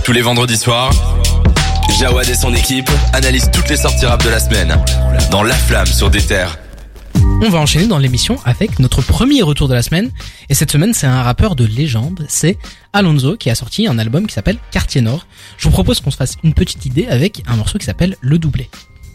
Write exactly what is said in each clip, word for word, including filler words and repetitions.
Tous les vendredis soirs, Jawad et son équipe analysent toutes les sorties rap de la semaine dans La Flamme sur des terres. On va enchaîner dans l'émission avec notre premier retour de la semaine. Et cette semaine, c'est un rappeur de légende. C'est Alonso qui a sorti un album qui s'appelle Quartier Nord. Je vous propose qu'on se fasse une petite idée avec un morceau qui s'appelle Le Doublé.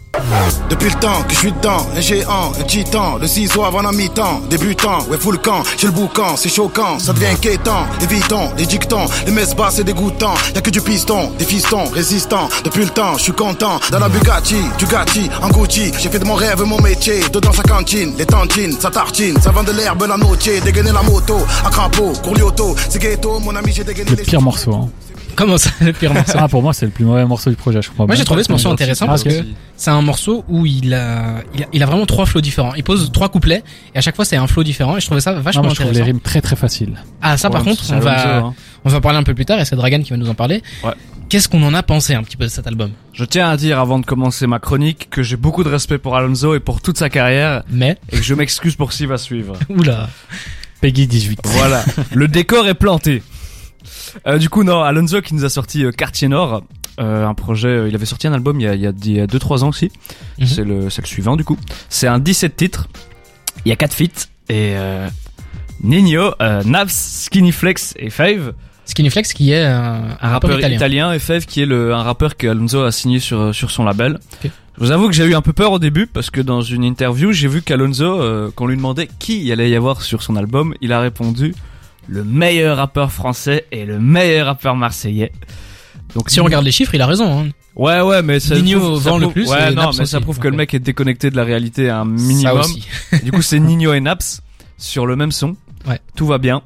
Depuis le temps que je suis dedans, un géant, un titan, le ciseau avant la mi-temps, débutant, ouais full camp, j'ai le boucan, c'est choquant, ça devient inquiétant, évitons, les dictons, les messes basses c'est dégoûtant, y'a que du piston, des fistons, résistants, depuis le temps, je suis content, dans la Bugatti, du Gatti, en Gucci, j'ai fait de mon rêve mon métier, dedans sa cantine, les tantines, sa tartine, ça vend de l'herbe, la notier, dégainer la moto, à crapaud, courlioto, c'est ghetto, mon ami j'ai dégainé le pire morceau, hein. Comment ça, le pire morceau? Ah, pour moi, c'est le plus mauvais morceau du projet, je crois. Moi, j'ai trouvé ce morceau intéressant parce que c'est un morceau où il a, il a, il a vraiment trois flows différents. Il pose trois couplets et à chaque fois c'est un flow différent et je trouvais ça vachement non, moi, je intéressant. trouve les rimes très très faciles. Ah, ça, ouais, par contre, on va, hein. on va parler un peu plus tard et c'est Dragan qui va nous en parler. Ouais. Qu'est-ce qu'on en a pensé un petit peu de cet album? Je tiens à dire avant de commencer ma chronique que j'ai beaucoup de respect pour Alonso et pour toute sa carrière. Mais. Et que je m'excuse pour ce qui va suivre. Oula. Peggy dix-huit. Voilà. Le décor est planté. Euh, du coup, non, Alonso qui nous a sorti euh, Quartier Nord, euh, un projet, euh, il avait sorti un album il y a, il y a, il y a deux trois ans aussi. Mm-hmm. C'est le, c'est le suivant du coup. C'est un dix-sept titres. Il y a quatre feats et euh, Ninho, euh, Naps, Skinny Flex et Fave. Skinny Flex qui est un, un rappeur, rappeur italien. italien et Fave qui est le, un rappeur que Alonso a signé sur sur son label. Okay. Je vous avoue que j'ai eu un peu peur au début parce que dans une interview, j'ai vu qu'Alonso, euh, qu'on lui demandait qui il allait y avoir sur son album, il a répondu le meilleur rappeur français et le meilleur rappeur marseillais. Donc si on regarde les chiffres, il a raison. Hein. Ouais ouais, mais ça Ninho prouve, vend ça le prouve, plus. Ouais et non, Naps mais aussi, ça prouve que ouais. le mec est déconnecté de la réalité à un minimum. Ça aussi. Du coup, c'est Ninho et Naps sur le même son. Ouais. Tout va bien.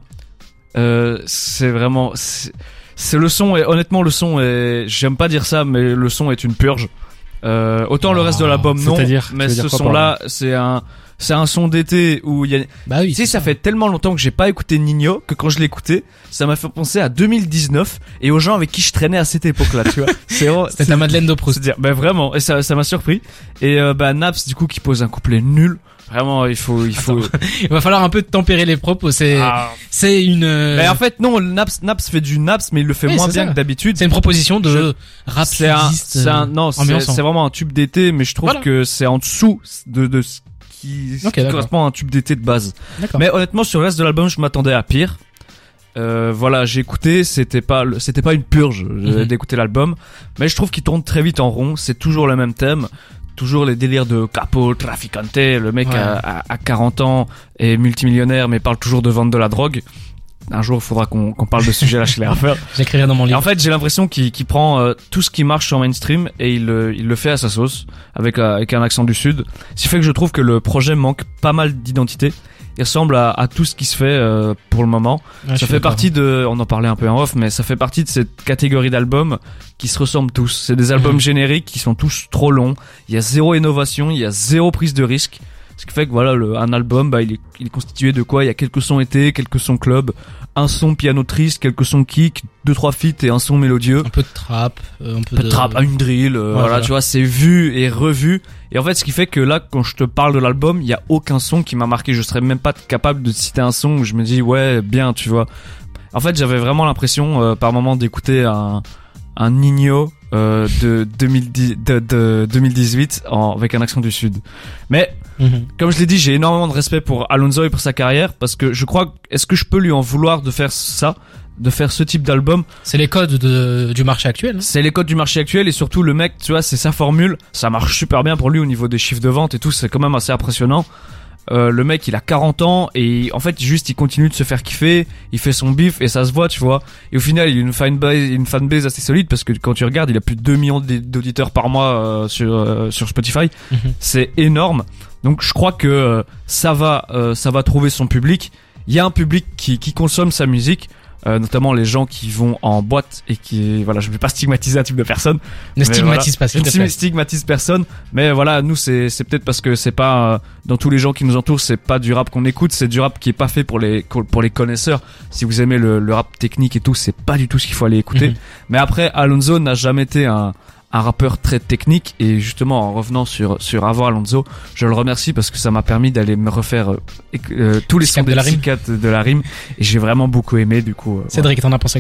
Euh, c'est vraiment, c'est, c'est le son et honnêtement le son est, j'aime pas dire ça, mais le son est une purge. Euh, autant oh, le reste de l'album non, c'est-à-dire, mais ce son-là, c'est un c'est un son d'été où il y a bah oui, tu sais ça, ça fait tellement longtemps que j'ai pas écouté Ninho que quand je l'écoutais ça m'a fait penser à deux mille dix-neuf et aux gens avec qui je traînais à cette époque-là, tu vois. C'est c'était ta Madeleine de Proust. C'est dire ben vraiment, et ça ça m'a surpris. Et euh, bah Naps du coup qui pose un couplet nul. Vraiment, il faut, il faut. Attends, il va falloir un peu tempérer les propos. C'est, ah. c'est une. Mais en fait, non, Naps, Naps fait du Naps, mais il le fait oui, moins bien ça. que d'habitude. C'est une proposition de Je... rap c'est un, c'est un, non, c'est, c'est vraiment un tube d'été, mais je trouve voilà. que c'est en dessous de, de ce qui, okay, qui correspond à un tube d'été de base. D'accord. Mais honnêtement, sur le reste de l'album, je m'attendais à pire. Euh, voilà, j'ai écouté, c'était pas, c'était pas une purge mm-hmm. d'écouter l'album, mais je trouve qu'il tourne très vite en rond. C'est toujours le même thème. Toujours les délires de capo, traficante, le mec ouais. a, a, a quarante ans, est multimillionnaire mais parle toujours de vendre de la drogue. Un jour il faudra qu'on, qu'on parle de ce sujet là chez les rappeurs. J'écrirai dans mon livre. Et en fait j'ai l'impression qu'il, qu'il prend euh, tout ce qui marche sur mainstream et il, euh, il le fait à sa sauce, avec, euh, avec un accent du sud. Ce qui fait que je trouve que le projet manque pas mal d'identité. Il ressemble à, à tout ce qui se fait euh, pour le moment. Ouais, ça fait partie de, on en parlait un peu en off, mais ça fait partie de cette catégorie d'albums qui se ressemblent tous. C'est des albums mmh. génériques qui sont tous trop longs. Il y a zéro innovation, il y a zéro prise de risque. Ce qui fait que voilà, le, un album, bah, il est, il est constitué de quoi? Il y a quelques sons été, quelques sons club, un son piano triste, quelques sons kick, deux trois feats et un son mélodieux. Un peu de trap, euh, un peu de, de trap, une drill, euh, ouais, voilà, voilà, tu vois, c'est vu et revu. Et en fait, ce qui fait que là, quand je te parle de l'album, il y a aucun son qui m'a marqué. Je serais même pas capable de citer un son où je me dis ouais, bien, tu vois. En fait, j'avais vraiment l'impression, euh, par moment, d'écouter un un Ninho euh, de, deux mille dix, de, de deux mille dix-huit en, avec un accent du sud. Mais mm-hmm. comme je l'ai dit, j'ai énormément de respect pour Alonso et pour sa carrière parce que je crois, est-ce que je peux lui en vouloir de faire ça, de faire ce type d'album? C'est les codes de, du marché actuel. Hein. C'est les codes du marché actuel et surtout le mec, tu vois, c'est sa formule. Ça marche super bien pour lui au niveau des chiffres de vente et tout. C'est quand même assez impressionnant. Euh, le mec il a quarante ans et en fait juste il continue de se faire kiffer, il fait son bif et ça se voit, tu vois, et au final il a une fanbase, une fanbase assez solide parce que quand tu regardes il a plus de deux millions d'auditeurs par mois euh, sur euh, sur Spotify. Mm-hmm. C'est énorme, donc je crois que euh, ça va euh, ça va trouver son public. Il y a un public qui qui consomme sa musique. Euh, notamment les gens qui vont en boîte et qui, voilà, je ne vais pas stigmatiser un type de personne. Ne stigmatise voilà, pas, s'il te plaît. Je ne stigmatise personne, mais voilà, nous c'est c'est peut-être parce que c'est pas euh, dans tous les gens qui nous entourent, c'est pas du rap qu'on écoute, c'est du rap qui est pas fait pour les pour les connaisseurs. Si vous aimez le, le rap technique et tout, c'est pas du tout ce qu'il faut aller écouter. Mm-hmm. Mais après, Alonso n'a jamais été un un rappeur très technique et justement en revenant sur sur Avant Alonso, je le remercie parce que ça m'a permis d'aller me refaire euh, euh, tous les sons de la rime de la rime et j'ai vraiment beaucoup aimé du coup. Euh, Cédric, ouais. T'en as pensé quoi?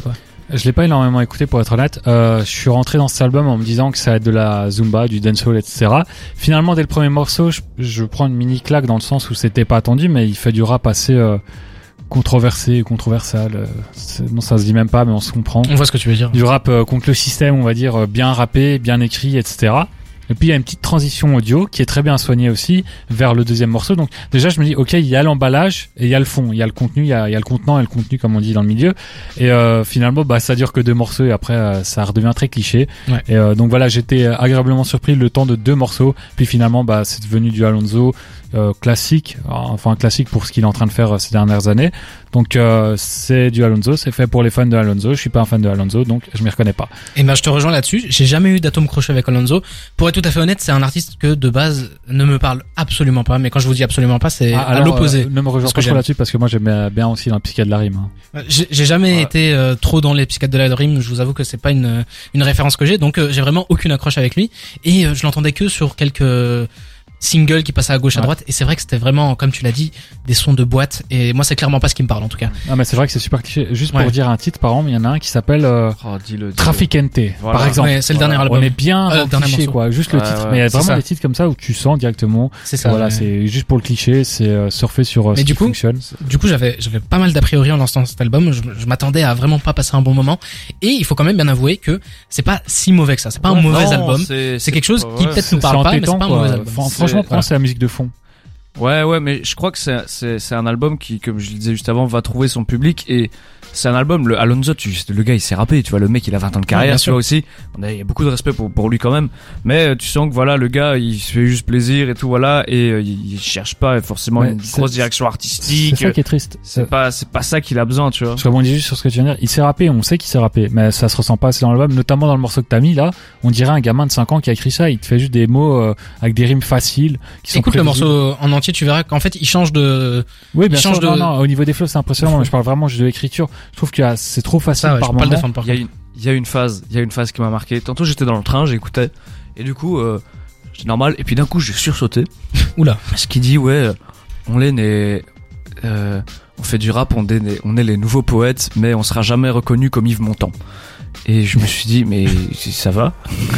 Je l'ai pas énormément écouté pour être honnête. Euh, je suis rentré dans cet album en me disant que ça va être de la zumba, du dancehall, et cetera. Finalement, dès le premier morceau, je, je prends une mini claque dans le sens où c'était pas attendu, mais il fait du rap assez euh, controversé, controversal. Euh, c'est- non, ça se dit même pas, mais on se comprend. On voit ce que tu veux dire. Du rap euh, contre le système, on va dire, euh, bien rappé, bien écrit, et cetera. Et puis il y a une petite transition audio qui est très bien soignée aussi vers le deuxième morceau. Donc déjà je me dis ok, il y a l'emballage et il y a le fond, il y a le contenu, il y a, il y a le contenant et le contenu comme on dit dans le milieu. Et euh, finalement bah ça dure que deux morceaux et après euh, ça redevient très cliché. Ouais. Et euh, donc voilà, j'étais agréablement surpris le temps de deux morceaux. Puis finalement bah c'est devenu du Alonso euh, classique, enfin classique pour ce qu'il est en train de faire euh, ces dernières années. Donc euh, c'est du Alonso, c'est fait pour les fans de Alonso. Je suis pas un fan de Alonso donc je m'y reconnais pas. Et ben je te rejoins là-dessus. J'ai jamais eu d'atome crochet avec Alonso. Pour être tout à fait honnête, c'est un artiste que de base ne me parle absolument pas. Mais quand je vous dis absolument pas, c'est Ah, à alors, l'opposé. euh, ne me rejoins Ce que pas trop j'aime. là-dessus parce que moi j'aimais bien aussi dans le psychiatre de la rime. Hein. J'ai j'ai jamais Ouais. été euh, trop dans les psychiatres de la rime. Je vous avoue que c'est pas une une référence que j'ai. Donc euh, j'ai vraiment aucune accroche avec lui. Et euh, je l'entendais que sur quelques singles qui passaient à gauche à Ouais. droite. Et c'est vrai que c'était vraiment, comme tu l'as dit, des sons de boîte. Et moi, c'est clairement pas ce qui me parle en tout cas. Ah mais c'est vrai que c'est super cliché. Juste Ouais. pour dire un titre par exemple, il y en a un qui s'appelle euh, Oh, dis-le, dis-le. Traficante Voilà. par exemple. Ouais, c'est le Voilà. dernier album. On est bien Euh, dans le dernier cliché morceau. quoi, juste le Ouais, titre. ouais, mais il y a c'est vraiment ça. des titres comme ça où tu sens directement. C'est ça. Voilà, ouais. c'est juste pour le cliché, c'est euh, surfer sur euh, Mais ce du qui coup, fonctionne. Du coup, j'avais j'avais pas mal d'a priori en lançant cet album. Je, je m'attendais à vraiment pas passer un bon moment. Et il faut quand même bien avouer que c'est pas si mauvais que ça. C'est pas un Ouais, mauvais non, album. C'est C'est quelque chose qui ouais. peut-être nous C'est parle pas, mais entêtant, c'est pas un quoi. mauvais album. Fran- C'est- Franchement, prends voilà. c'est la musique de fond. Ouais, ouais, mais je crois que c'est, c'est, c'est un album qui, comme je le disais juste avant, va trouver son public et c'est un album, le Alonso, tu, le gars il s'est rappé, tu vois, le mec il a vingt ans de Ouais, carrière, bien tu sûr. vois aussi. On a, il y a beaucoup de respect pour, pour lui quand même. Mais euh, tu sens que voilà, le gars il se fait juste plaisir et tout, voilà, et euh, il, il cherche pas forcément Ouais, une c'est- grosse direction C'est artistique. ça qui est triste. C'est pas, c'est pas ça qu'il a besoin, tu vois. Parce que bon, on dit juste sur ce que tu viens de dire, il s'est rappé, on sait qu'il s'est rappé, mais ça se ressent pas assez dans l'album, notamment dans le morceau que t'as mis là, on dirait un gamin de cinq ans qui a écrit ça, il te fait juste des mots euh, avec des rimes faciles, qui sont Écoute le prévisibles. morceau en entier, tu verras qu'en fait, il change de. Oui, bien il sûr, change non, de- non, au niveau des flows c'est impressionnant, de mais je parle vraiment juste de l'écriture, je trouve que ah, c'est trop facile Ça, ouais, je par peux pas le moment. défendre par Il y a contre. une, il y a une phase, il y a une phase qui m'a marqué. Tantôt j'étais dans le train, j'écoutais, et du coup, euh, c'est normal, et puis d'un coup j'ai sursauté. Oula. Ce qui dit, ouais, euh, on est né, euh, on fait du rap, on est, né- on est les nouveaux poètes, mais on sera jamais reconnu comme Yves Montand. Et je me suis dit, mais ça va.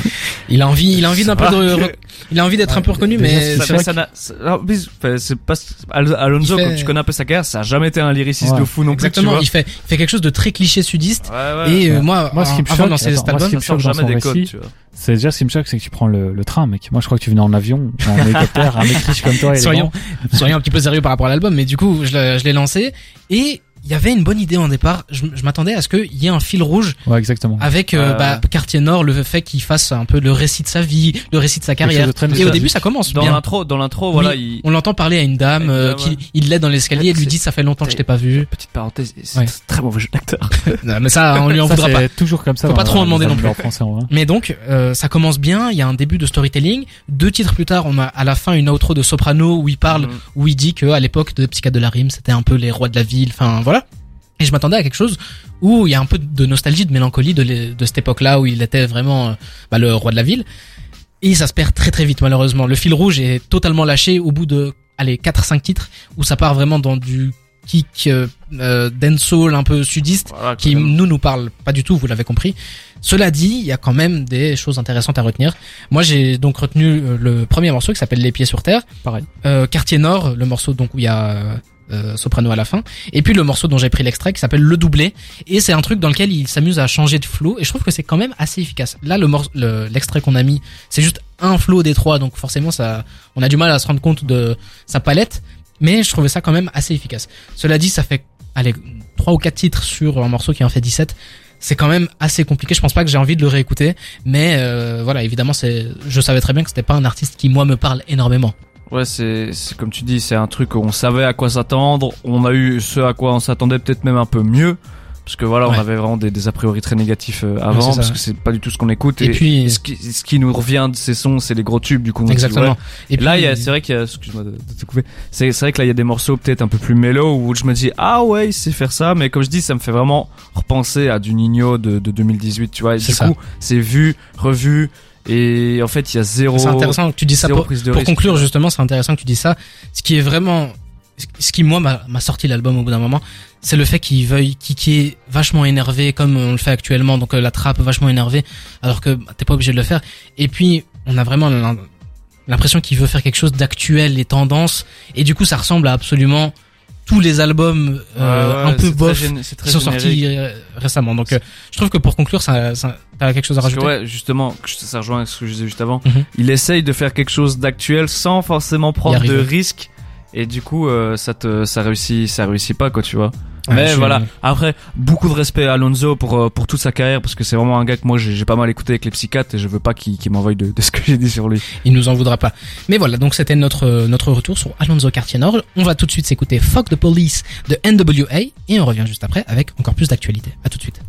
Il a envie, il a envie d'un peu Ça de, va. re- il a envie d'être un peu reconnu, déjà, mais c'est Ça, c'est mais vrai ça n'a, ça- alors, mais, enfin, c'est pas, Al- Alonso, Il fait- quand tu connais un peu sa carrière, ça a jamais été un lyriciste Ouais. de fou non plus, tu exactement, vois. il fait, il fait quelque chose de très cliché sudiste. Ouais, ouais. Et euh, Ouais. moi, Moi, ce qui me avant choque, de lancer cet attends, moi, ce album, qui me ça sort choque dans jamais son des codes, récit, tu vois. c'est déjà ce qui me choque, c'est que tu prends le, le train, mec. Moi, je crois que tu venais en avion, en hélicoptère, un mec riche comme toi, soyons, élégant. soyons un petit peu sérieux par rapport à l'album, mais du coup, je l'ai, je l'ai lancé et il y avait une bonne idée en départ. Je, je m'attendais à ce qu'il y ait un fil rouge Ouais, exactement. avec euh, Ouais, bah, ouais. Quartier Nord, le fait qu'il fasse un peu le récit de sa vie, le récit de sa Quelque chose carrière. de très Et au nostalgique. début, ça commence Dans bien. l'intro, dans l'intro, voilà, Oui, il, on l'entend parler à une dame Une euh, dame, qui ouais. il l'aide dans l'escalier et lui dit ça fait longtemps que je t'ai pas vu. petite parenthèse, c'est Ouais. un très mauvais jeu d'acteur. Non, mais ça, on lui en Ça, voudra pas. c'est toujours comme ça. Faut dans pas trop en les demander non albums plus. en français, en vrai. Mais donc, euh, ça commence bien. Il y a un début de storytelling. Deux titres plus tard, on a à la fin une outro de Soprano où il parle, Mhm. où il dit que à l'époque de Psychiatre de la rime, c'était un peu les rois de la ville. Enfin, voilà. Et je m'attendais à quelque chose où il y a un peu de nostalgie, de mélancolie de, les- de cette époque-là où il était vraiment euh, bah, le roi de la ville. Et ça se perd très très vite malheureusement. Le fil rouge est totalement lâché au bout de allez quatre cinq titres où ça part vraiment dans du kick euh, euh, dancehall un peu sudiste Voilà, qui quand même. nous nous parle pas du tout, vous l'avez compris. Cela dit, il y a quand même des choses intéressantes à retenir. Moi, j'ai donc retenu euh, le premier morceau qui s'appelle Les pieds sur terre. Pareil. Euh, Quartier Nord, le morceau donc où il y a euh, euh, Soprano à la fin, et puis le morceau dont j'ai pris l'extrait qui s'appelle Le Doublé, et c'est un truc dans lequel il s'amuse à changer de flow, et je trouve que c'est quand même assez efficace. Là, le mor- le- l'extrait qu'on a mis, c'est juste un flow des trois, donc forcément ça, on a du mal à se rendre compte de sa palette, mais je trouvais ça quand même assez efficace. Cela dit, ça fait allez trois ou quatre titres sur un morceau qui en fait dix-sept. C'est quand même assez compliqué. Je pense pas que j'ai envie de le réécouter, mais euh, voilà, évidemment, c'est, je savais très bien que c'était pas un artiste qui moi me parle énormément. Ouais, c'est, c'est comme tu dis, c'est un truc où on savait à quoi s'attendre. On a eu ce à quoi on s'attendait, peut-être même un peu mieux, parce que voilà, Ouais. on avait vraiment des, des a priori très négatifs euh, Ouais, avant, c'est ça. parce que c'est pas du tout ce qu'on écoute. Et, Et, puis, et ce qui, ce qui nous revient de ces sons, c'est les gros tubes, du coup. on se dit, exactement. ouais. Et Et puis, là, il y a, c'est vrai qu'il y a, excuse-moi de, de te couper. C'est, c'est vrai que là, il y a des morceaux peut-être un peu plus mélo où je me dis, ah ouais, il sait faire ça, mais comme je dis, ça me fait vraiment repenser à du Nino de, de deux mille dix-huit, tu vois. Et C'est du ça. coup, c'est vu, revu, et en fait, il y a zéro, c'est intéressant que tu dis ça zéro pour, prise de pour risque. conclure justement, c'est intéressant que tu dis ça. Ce qui est vraiment ce qui moi m'a, m'a sorti l'album au bout d'un moment, c'est le fait qu'il veuille kicker vachement énervé comme on le fait actuellement, donc euh, la trappe vachement énervée, alors que bah, t'es pas obligé de le faire. Et puis on a vraiment l'impression qu'il veut faire quelque chose d'actuel, les tendances, et du coup ça ressemble à absolument tous les albums euh, ouais, ouais, un peu c'est bof très gén- c'est très qui sont générique. sortis euh, récemment. Donc euh, je trouve que pour conclure, ça, ça t'as quelque chose à Parce que rajouter? ouais, justement, ça rejoint ce que je disais juste avant. Mhm. Il essaye de faire quelque chose d'actuel sans forcément prendre arrive. de risques. Et du coup, euh, ça te, ça réussit, ça réussit pas, quoi, tu vois. Ouais, Mais je suis- voilà. Après, beaucoup de respect à Alonso pour euh, pour toute sa carrière, parce que c'est vraiment un gars que moi j'ai, j'ai pas mal écouté avec les psychiatres et je veux pas qu'il, qu'il m'envoie de, de ce que j'ai dit sur lui. Il nous en voudra pas. Mais voilà, donc c'était notre euh, notre retour sur Alonso Cartier-Nord. On va tout de suite s'écouter Fuck the Police de N W A et on revient juste après avec encore plus d'actualité. À tout de suite.